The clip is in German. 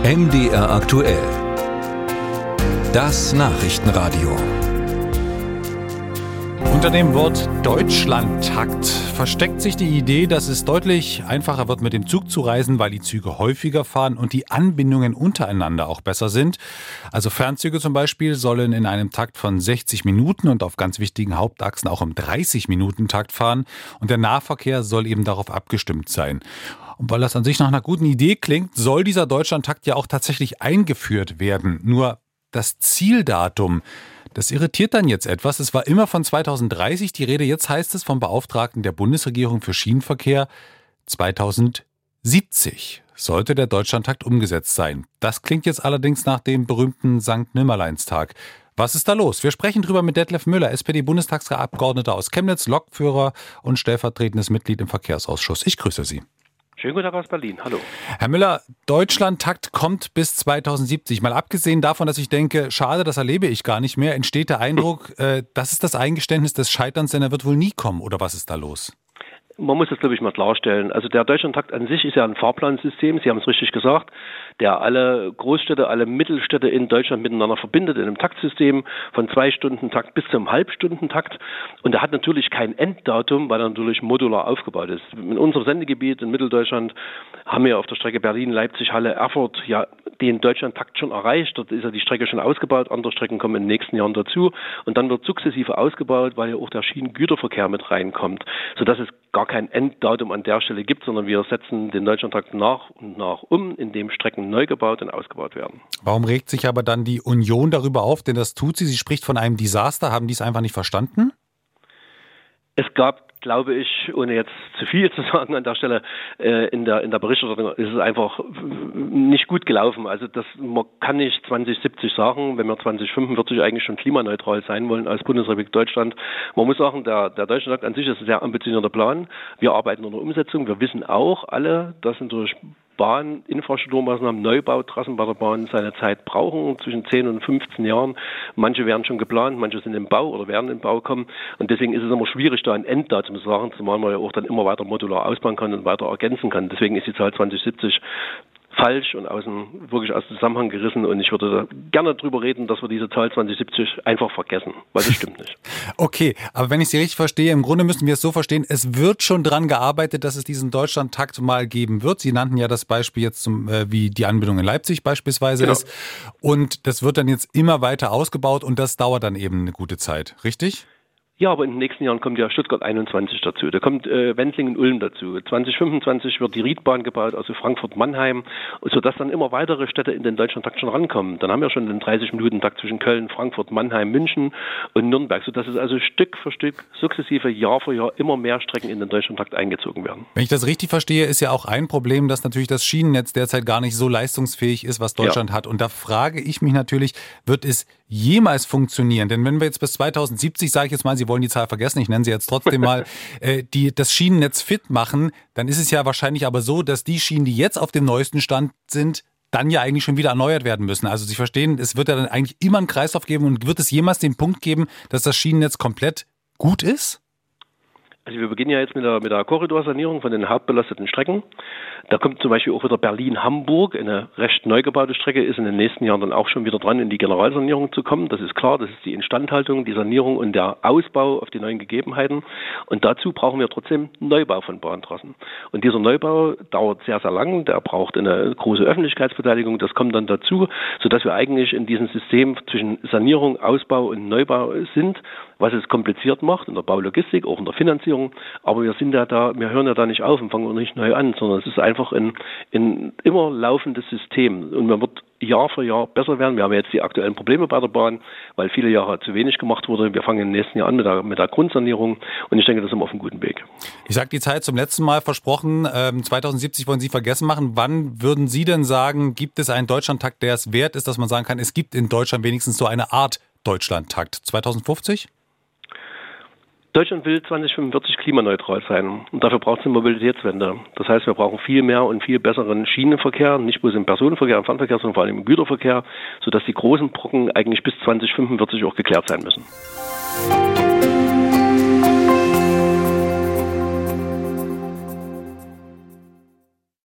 MDR aktuell. Das Nachrichtenradio. Unter dem Wort Deutschlandtakt versteckt sich die Idee, dass es deutlich einfacher wird, mit dem Zug zu reisen, weil die Züge häufiger fahren und die Anbindungen untereinander auch besser sind. Also Fernzüge zum Beispiel sollen in einem Takt von 60 Minuten und auf ganz wichtigen Hauptachsen auch im 30-Minuten-Takt fahren. Und der Nahverkehr soll eben darauf abgestimmt sein. Und weil das an sich nach einer guten Idee klingt, soll dieser Deutschlandtakt ja auch tatsächlich eingeführt werden. Nur das Zieldatum, das irritiert dann jetzt etwas. Es war immer von 2030 die Rede. Jetzt heißt es vom Beauftragten der Bundesregierung für Schienenverkehr 2070 sollte der Deutschlandtakt umgesetzt sein. Das klingt jetzt allerdings nach dem berühmten Sankt-Nimmerleins-Tag. Was ist da los? Wir sprechen drüber mit Detlef Müller, SPD-Bundestagsabgeordneter aus Chemnitz, Lokführer und stellvertretendes Mitglied im Verkehrsausschuss. Ich grüße Sie. Schönen guten Tag aus Berlin. Hallo. Herr Müller, Deutschlandtakt kommt bis 2070. Mal abgesehen davon, dass ich denke, schade, das erlebe ich gar nicht mehr, entsteht der Eindruck, das ist das Eingeständnis des Scheiterns, denn er wird wohl nie kommen. Oder was ist da los? Man muss das, glaube ich, mal klarstellen. Also der Deutschlandtakt an sich ist ja ein Fahrplansystem, Sie haben es richtig gesagt, der alle Großstädte, alle Mittelstädte in Deutschland miteinander verbindet in einem Taktsystem von 2-Stunden-Takt bis zum Halbstundentakt. Und der hat natürlich kein Enddatum, weil er natürlich modular aufgebaut ist. In unserem Sendegebiet in Mitteldeutschland haben wir auf der Strecke Berlin-Leipzig-Halle-Erfurt ja den Deutschlandtakt schon erreicht. Dort ist ja die Strecke schon ausgebaut, andere Strecken kommen in den nächsten Jahren dazu. Und dann wird sukzessive ausgebaut, weil ja auch der Schienengüterverkehr mit reinkommt, sodass es gar kein Enddatum an der Stelle gibt, sondern wir setzen den Deutschlandtakt nach und nach um, indem Strecken neu gebaut und ausgebaut werden. Warum regt sich aber dann die Union darüber auf? Denn das tut sie. Sie spricht von einem Desaster. Haben die es einfach nicht verstanden? Es gab, glaube ich, ohne jetzt zu viel zu sagen an der Stelle, in der Berichterstattung ist es einfach nicht gut gelaufen. Also man kann nicht 2070 sagen, wenn wir 2045 eigentlich schon klimaneutral sein wollen als Bundesrepublik Deutschland. Man muss sagen, der Deutschlandtakt an sich ist ein sehr ambitionierter Plan. Wir arbeiten an der Umsetzung. Wir wissen auch alle, dass durch Bahninfrastrukturmaßnahmen, Neubautrassen bei der Bahn seine Zeit brauchen, zwischen 10 und 15 Jahren. Manche werden schon geplant, manche sind im Bau oder werden im Bau kommen. Und deswegen ist es immer schwierig, da ein Enddatum zu sagen, zumal man ja auch dann immer weiter modular ausbauen kann und weiter ergänzen kann. Deswegen ist die Zahl 2070 falsch und wirklich aus dem Zusammenhang gerissen. Und ich würde da gerne drüber reden, dass wir diese Zahl 2070 einfach vergessen, weil das stimmt nicht. Okay, aber wenn ich Sie richtig verstehe, im Grunde müssen wir es so verstehen, es wird schon dran gearbeitet, dass es diesen Deutschlandtakt mal geben wird. Sie nannten ja das Beispiel jetzt, wie die Anbindung in Leipzig beispielsweise ist. Und das wird dann jetzt immer weiter ausgebaut und das dauert dann eben eine gute Zeit, richtig? Ja, aber in den nächsten Jahren kommt ja Stuttgart 21 dazu. Da kommt Wendlingen-Ulm dazu. 2025 wird die Riedbahn gebaut, also Frankfurt-Mannheim, sodass dann immer weitere Städte in den Deutschlandtakt schon rankommen. Dann haben wir schon den 30-Minuten-Takt zwischen Köln, Frankfurt, Mannheim, München und Nürnberg, sodass es also Stück für Stück, sukzessive, Jahr für Jahr immer mehr Strecken in den Deutschlandtakt eingezogen werden. Wenn ich das richtig verstehe, ist ja auch ein Problem, dass natürlich das Schienennetz derzeit gar nicht so leistungsfähig ist, was Deutschland hat. Und da frage ich mich natürlich, wird es jemals funktionieren? Denn wenn wir jetzt bis 2070, sage ich jetzt mal, Sie wollen die Zahl vergessen, ich nenne sie jetzt trotzdem mal, das Schienennetz fit machen, dann ist es ja wahrscheinlich aber so, dass die Schienen, die jetzt auf dem neuesten Stand sind, dann ja eigentlich schon wieder erneuert werden müssen. Also Sie verstehen, es wird ja dann eigentlich immer einen Kreislauf geben und wird es jemals den Punkt geben, dass das Schienennetz komplett gut ist? Also wir beginnen ja jetzt mit der Korridorsanierung von den hauptbelasteten Strecken. Da kommt zum Beispiel auch wieder Berlin-Hamburg, eine recht neu gebaute Strecke, ist in den nächsten Jahren dann auch schon wieder dran, in die Generalsanierung zu kommen. Das ist klar, das ist die Instandhaltung, die Sanierung und der Ausbau auf die neuen Gegebenheiten. Und dazu brauchen wir trotzdem Neubau von Bahntrassen. Und dieser Neubau dauert sehr, sehr lang, der braucht eine große Öffentlichkeitsbeteiligung, das kommt dann dazu, sodass wir eigentlich in diesem System zwischen Sanierung, Ausbau und Neubau sind, was es kompliziert macht, in der Baulogistik, auch in der Finanzierung. Aber wir hören ja da nicht auf und fangen nicht neu an, sondern es ist einfach ein immer laufendes System. Und man wird Jahr für Jahr besser werden. Wir haben jetzt die aktuellen Probleme bei der Bahn, weil viele Jahre zu wenig gemacht wurde. Wir fangen im nächsten Jahr an mit der Grundsanierung und ich denke, das sind wir auf einem guten Weg. Ich sage die Zeit zum letzten Mal versprochen, 2070 wollen Sie vergessen machen. Wann würden Sie denn sagen, gibt es einen Deutschlandtakt, der es wert ist, dass man sagen kann, es gibt in Deutschland wenigstens so eine Art Deutschlandtakt? 2050? Deutschland will 2045 klimaneutral sein und dafür braucht es eine Mobilitätswende. Das heißt, wir brauchen viel mehr und viel besseren Schienenverkehr, nicht bloß im Personenverkehr, im Fernverkehr, sondern vor allem im Güterverkehr, sodass die großen Brocken eigentlich bis 2045 auch geklärt sein müssen.